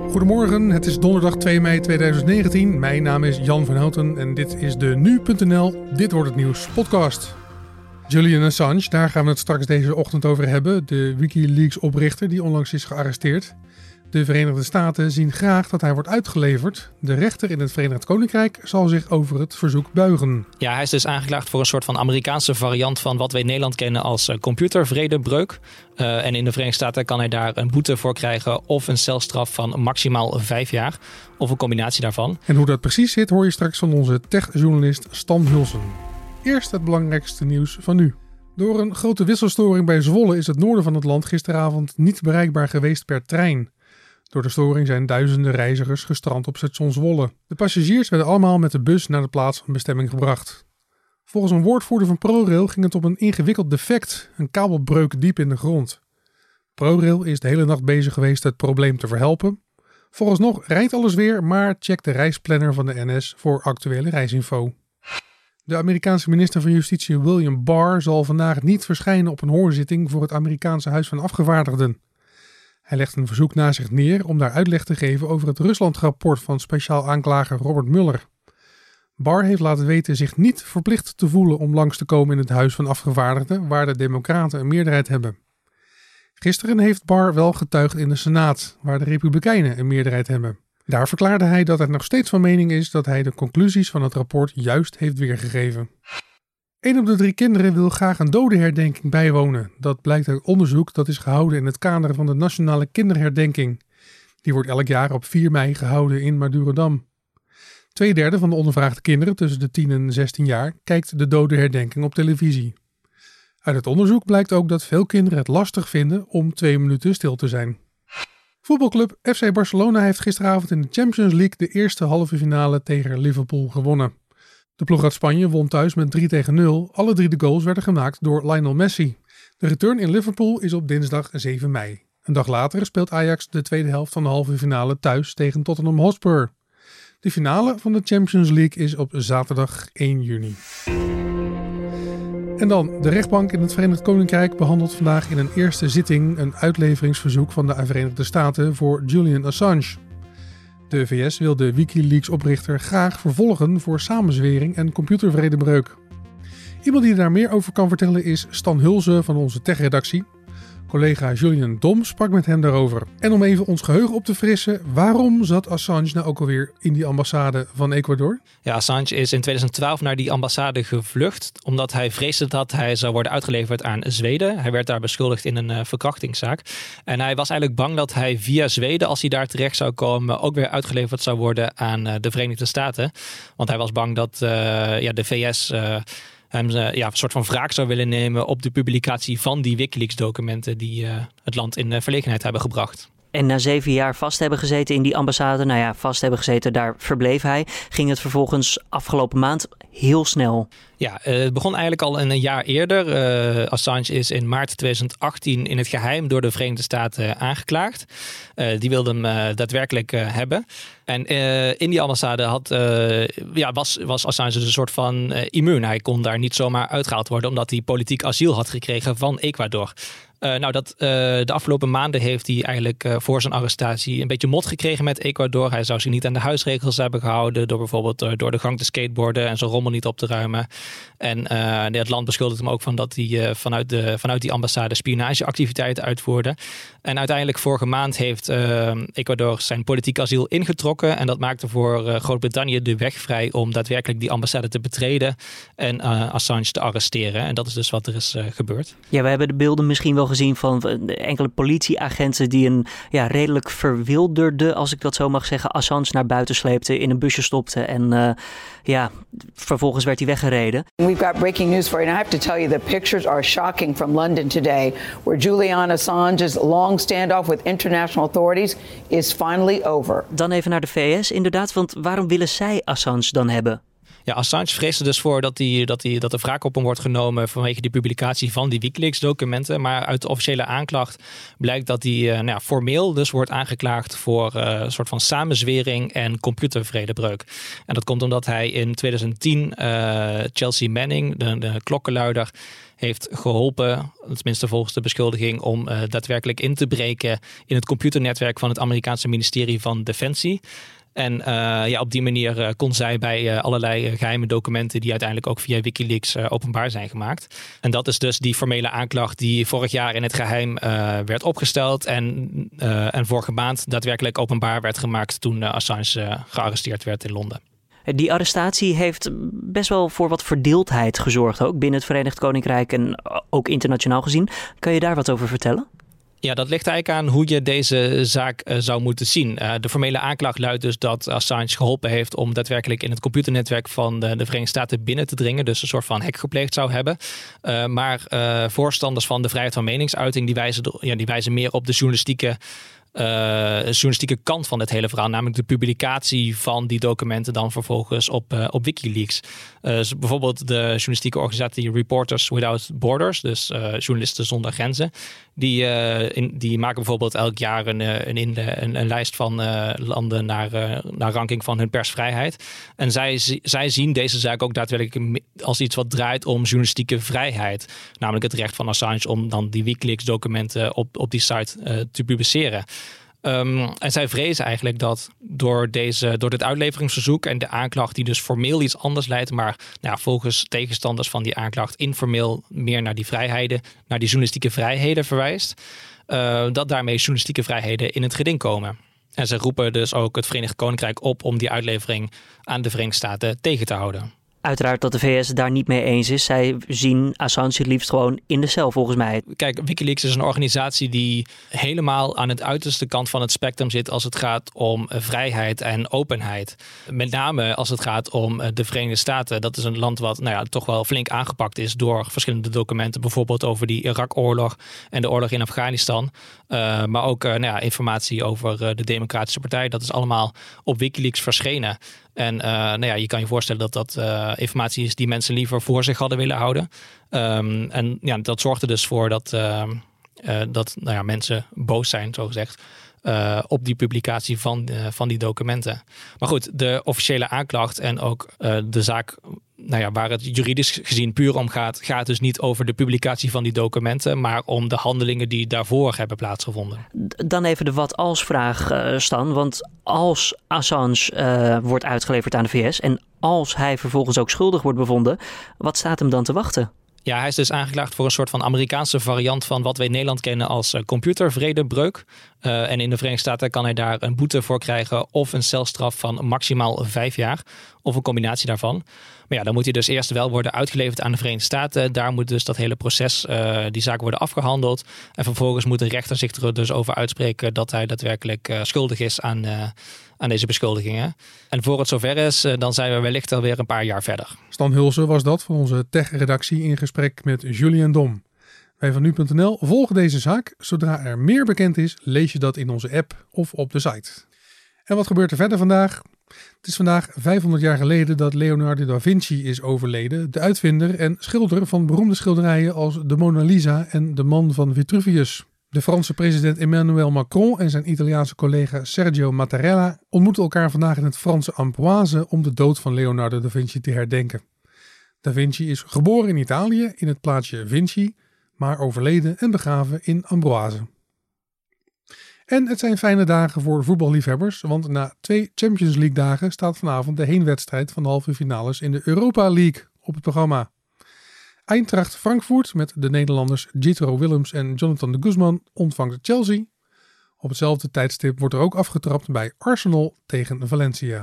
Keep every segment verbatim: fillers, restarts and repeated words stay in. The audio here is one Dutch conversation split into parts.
Goedemorgen, het is donderdag twee mei tweeduizend negentien. Mijn naam is Jan van Houten en dit is de nu punt n l Dit wordt het nieuws podcast. Julian Assange, daar gaan we het straks deze ochtend over hebben. De Wikileaks-oprichter die onlangs is gearresteerd. De Verenigde Staten zien graag dat hij wordt uitgeleverd. De rechter in het Verenigd Koninkrijk zal zich over het verzoek buigen. Ja, hij is dus aangeklaagd voor een soort van Amerikaanse variant van wat we in Nederland kennen als computervredebreuk. Uh, en in de Verenigde Staten kan hij daar een boete voor krijgen of een celstraf van maximaal vijf jaar. Of een combinatie daarvan. En hoe dat precies zit hoor je straks van onze techjournalist Stan Hulsen. Eerst het belangrijkste nieuws van nu. Door een grote wisselstoring bij Zwolle is het noorden van het land gisteravond niet bereikbaar geweest per trein. Door de storing zijn duizenden reizigers gestrand op station Zwolle. De passagiers werden allemaal met de bus naar de plaats van bestemming gebracht. Volgens een woordvoerder van ProRail ging het om een ingewikkeld defect, een kabelbreuk diep in de grond. ProRail is de hele nacht bezig geweest het probleem te verhelpen. Vooralsnog rijdt alles weer, maar check de reisplanner van de N S voor actuele reisinfo. De Amerikaanse minister van Justitie William Barr zal vandaag niet verschijnen op een hoorzitting voor het Amerikaanse Huis van Afgevaardigden. Hij legt een verzoek naast zich neer om daar uitleg te geven over het Rusland-rapport van speciaal aanklager Robert Mueller. Barr heeft laten weten zich niet verplicht te voelen om langs te komen in het Huis van Afgevaardigden, waar de Democraten een meerderheid hebben. Gisteren heeft Barr wel getuigd in de Senaat, waar de Republikeinen een meerderheid hebben. Daar verklaarde hij dat hij nog steeds van mening is dat hij de conclusies van het rapport juist heeft weergegeven. Een op de drie kinderen wil graag een dodenherdenking bijwonen. Dat blijkt uit onderzoek dat is gehouden in het kader van de Nationale Kinderherdenking. Die wordt elk jaar op vier mei gehouden in Madurodam. Tweederde van de ondervraagde kinderen tussen de tien en zestien jaar kijkt de dodenherdenking op televisie. Uit het onderzoek blijkt ook dat veel kinderen het lastig vinden om twee minuten stil te zijn. Voetbalclub F C Barcelona heeft gisteravond in de Champions League de eerste halve finale tegen Liverpool gewonnen. De ploeg uit Spanje won thuis met drie tegen nul. Alle drie de goals werden gemaakt door Lionel Messi. De return in Liverpool is op dinsdag zeven mei. Een dag later speelt Ajax de tweede helft van de halve finale thuis tegen Tottenham Hotspur. De finale van de Champions League is op zaterdag één juni. En dan, de rechtbank in het Verenigd Koninkrijk behandelt vandaag in een eerste zitting een uitleveringsverzoek van de Verenigde Staten voor Julian Assange. De V S wil de Wikileaks-oprichter graag vervolgen voor samenzwering en computervredebreuk. Iemand die daar meer over kan vertellen is Stan Hulsen van onze techredactie. Collega Julian Dom sprak met hem daarover. En om even ons geheugen op te frissen, waarom zat Assange nou ook alweer in die ambassade van Ecuador? Ja, Assange is in tweeduizend twaalf naar die ambassade gevlucht, omdat hij vreesde dat hij zou worden uitgeleverd aan Zweden. Hij werd daar beschuldigd in een uh, verkrachtingszaak. En hij was eigenlijk bang dat hij via Zweden, als hij daar terecht zou komen, ook weer uitgeleverd zou worden aan uh, de Verenigde Staten. Want hij was bang dat uh, ja, de V S... Uh, hem ja, een soort van wraak zou willen nemen op de publicatie van die Wikileaks-documenten die uh, het land in uh, verlegenheid hebben gebracht. En na zeven jaar vast hebben gezeten in die ambassade, nou ja, vast hebben gezeten, daar verbleef hij, ging het vervolgens afgelopen maand heel snel. Ja, uh, het begon eigenlijk al een jaar eerder. Uh, Assange is in maart tweeduizend achttien in het geheim door de Verenigde Staten aangeklaagd. Uh, die wilden hem uh, daadwerkelijk uh, hebben. En uh, in die ambassade had, uh, ja, was, was Assange dus een soort van uh, immuun. Hij kon daar niet zomaar uitgehaald worden omdat hij politiek asiel had gekregen van Ecuador. Uh, nou, dat, uh, de afgelopen maanden heeft hij eigenlijk uh, voor zijn arrestatie een beetje mot gekregen met Ecuador. Hij zou zich niet aan de huisregels hebben gehouden door bijvoorbeeld uh, door de gang te skateboarden en zijn rommel niet op te ruimen. En uh, het land beschuldigt hem ook van dat hij uh, vanuit, de, vanuit die ambassade spionageactiviteiten uitvoerde. En uiteindelijk vorige maand heeft uh, Ecuador zijn politiek asiel ingetrokken. En dat maakte voor uh, Groot-Brittannië de weg vrij om daadwerkelijk die ambassade te betreden en uh, Assange te arresteren. En dat is dus wat er is uh, gebeurd. Ja, we hebben de beelden misschien wel gezien van enkele politieagenten die een ja, redelijk verwilderde, als ik dat zo mag zeggen, Assange naar buiten sleepte, in een busje stopte en uh, ja, vervolgens werd hij weggereden. We've got breaking news for you. And I have to tell you, the pictures are shocking from London today, where Julian Assange's long standoff with international authorities is finally over. Dan even naar de V S inderdaad, want waarom willen zij Assange dan hebben? Ja, Assange vreest er dus voor dat, die, dat, die, dat er wraak op hem wordt genomen vanwege die publicatie van die WikiLeaks-documenten. Maar uit de officiële aanklacht blijkt dat hij uh, nou ja, formeel dus wordt aangeklaagd voor uh, een soort van samenzwering en computervredebreuk. En dat komt omdat hij in twintig tien uh, Chelsea Manning, de, de klokkenluider, heeft geholpen, tenminste volgens de beschuldiging, om uh, daadwerkelijk in te breken in het computernetwerk van het Amerikaanse ministerie van Defensie. En uh, ja, op die manier uh, kon zij bij uh, allerlei uh, geheime documenten die uiteindelijk ook via WikiLeaks uh, openbaar zijn gemaakt. En dat is dus die formele aanklacht die vorig jaar in het geheim uh, werd opgesteld en, uh, en vorige maand daadwerkelijk openbaar werd gemaakt toen uh, Assange uh, gearresteerd werd in Londen. Die arrestatie heeft best wel voor wat verdeeldheid gezorgd, ook binnen het Verenigd Koninkrijk en ook internationaal gezien. Kan je daar wat over vertellen? Ja, dat ligt eigenlijk aan hoe je deze zaak uh, zou moeten zien. Uh, de formele aanklacht luidt dus dat Assange geholpen heeft om daadwerkelijk in het computernetwerk van de, de Verenigde Staten binnen te dringen. Dus een soort van hack gepleegd zou hebben. Uh, maar uh, voorstanders van de vrijheid van meningsuiting die wijzen, ja, die wijzen meer op de journalistieke Uh, journalistieke kant van het hele verhaal, namelijk de publicatie van die documenten dan vervolgens op, uh, op WikiLeaks. Uh, dus bijvoorbeeld de journalistieke organisatie Reporters Without Borders, dus uh, journalisten zonder grenzen, die, uh, in, die maken bijvoorbeeld elk jaar een, een, een, een, een lijst van uh, landen naar, uh, naar ranking van hun persvrijheid. En zij, zij zien deze zaak ook daadwerkelijk als iets wat draait om journalistieke vrijheid, namelijk het recht van Assange om dan die WikiLeaks documenten op, op die site uh, te publiceren. Um, en zij vrezen eigenlijk dat door, deze, door dit uitleveringsverzoek en de aanklacht die dus formeel iets anders leidt, maar nou ja, volgens tegenstanders van die aanklacht informeel meer naar die vrijheden, naar die journalistieke vrijheden verwijst, uh, dat daarmee journalistieke vrijheden in het geding komen. En ze roepen dus ook het Verenigd Koninkrijk op om die uitlevering aan de Verenigde Staten tegen te houden. Uiteraard dat de V S het daar niet mee eens is. Zij zien Assange het liefst gewoon in de cel, volgens mij. Kijk, WikiLeaks is een organisatie die helemaal aan het uiterste kant van het spectrum zit als het gaat om vrijheid en openheid. Met name als het gaat om de Verenigde Staten. Dat is een land wat nou ja, toch wel flink aangepakt is door verschillende documenten. Bijvoorbeeld over die Irak-oorlog en de oorlog in Afghanistan. Uh, maar ook uh, nou ja, informatie over uh, de Democratische Partij. Dat is allemaal op WikiLeaks verschenen. En uh, nou ja, je kan je voorstellen dat dat uh, informatie is die mensen liever voor zich hadden willen houden. Um, en ja, dat zorgt er dus voor dat, uh, uh, dat nou ja, mensen boos zijn, zogezegd, uh, op die publicatie van, uh, van die documenten. Maar goed, de officiële aanklacht en ook uh, de zaak, nou ja, waar het juridisch gezien puur om gaat, gaat dus niet over de publicatie van die documenten, maar om de handelingen die daarvoor hebben plaatsgevonden. Dan even de wat-als-vraag, uh, Stan. Want als Assange uh, wordt uitgeleverd aan de V S en als hij vervolgens ook schuldig wordt bevonden, wat staat hem dan te wachten? Ja, hij is dus aangeklaagd voor een soort van Amerikaanse variant van wat we in Nederland kennen als uh, computervredebreuk. Uh, en in de Verenigde Staten kan hij daar een boete voor krijgen of een celstraf van maximaal vijf jaar of een combinatie daarvan. Maar ja, dan moet hij dus eerst wel worden uitgeleverd aan de Verenigde Staten. Daar moet dus dat hele proces, uh, die zaak worden afgehandeld. En vervolgens moet de rechter zich er dus over uitspreken dat hij daadwerkelijk uh, schuldig is aan, uh, aan deze beschuldigingen. En voor het zover is, uh, dan zijn we wellicht alweer een paar jaar verder. Stan Hulsen was dat van onze tech-redactie in gesprek met Julian Dom. Wij van nu punt n l volgen deze zaak. Zodra er meer bekend is, lees je dat in onze app of op de site. En wat gebeurt er verder vandaag? Het is vandaag vijfhonderd jaar geleden dat Leonardo da Vinci is overleden, de uitvinder en schilder van beroemde schilderijen als de Mona Lisa en de Man van Vitruvius. De Franse president Emmanuel Macron en zijn Italiaanse collega Sergio Mattarella ontmoeten elkaar vandaag in het Franse Amboise om de dood van Leonardo da Vinci te herdenken. Da Vinci is geboren in Italië in het plaatsje Vinci, maar overleden en begraven in Amboise. En het zijn fijne dagen voor voetballiefhebbers, want na twee Champions League dagen staat vanavond de heenwedstrijd van de halve finales in de Europa League op het programma. Eintracht Frankfurt met de Nederlanders Jethro Willems en Jonathan de Guzman ontvangt Chelsea. Op hetzelfde tijdstip wordt er ook afgetrapt bij Arsenal tegen Valencia.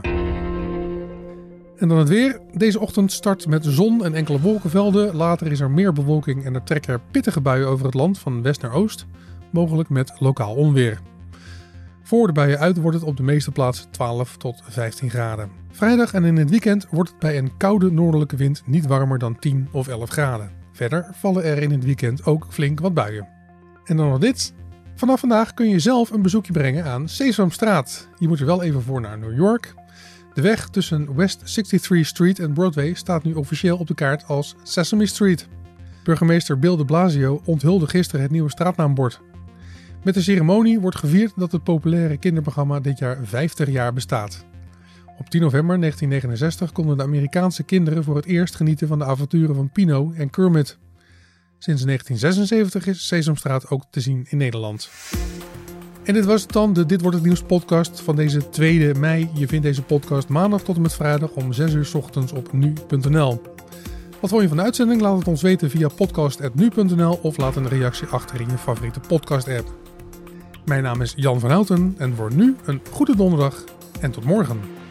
En dan het weer. Deze ochtend start met zon en enkele wolkenvelden. Later is er meer bewolking en er trekken er pittige buien over het land van west naar oost. Mogelijk met lokaal onweer. Voor de buien uit wordt het op de meeste plaatsen twaalf tot vijftien graden. Vrijdag en in het weekend wordt het bij een koude noordelijke wind niet warmer dan tien of elf graden. Verder vallen er in het weekend ook flink wat buien. En dan nog dit. Vanaf vandaag kun je zelf een bezoekje brengen aan Sesamstraat. Je moet er wel even voor naar New York. De weg tussen West zestigste Street en Broadway staat nu officieel op de kaart als Sesame Street. Burgemeester Bill de Blasio onthulde gisteren het nieuwe straatnaambord. Met de ceremonie wordt gevierd dat het populaire kinderprogramma dit jaar vijftig jaar bestaat. Op tien november negentien negenenzestig konden de Amerikaanse kinderen voor het eerst genieten van de avonturen van Pino en Kermit. Sinds negentien zesenzeventig is Sesamstraat ook te zien in Nederland. En dit was het dan, de Dit Wordt Het Nieuws podcast van deze tweede mei. Je vindt deze podcast maandag tot en met vrijdag om zes uur 's ochtends op nu punt n l. Wat vond je van de uitzending? Laat het ons weten via podcast punt nu punt n l of laat een reactie achter in je favoriete podcast app. Mijn naam is Jan van Houten en voor nu een goede donderdag en tot morgen.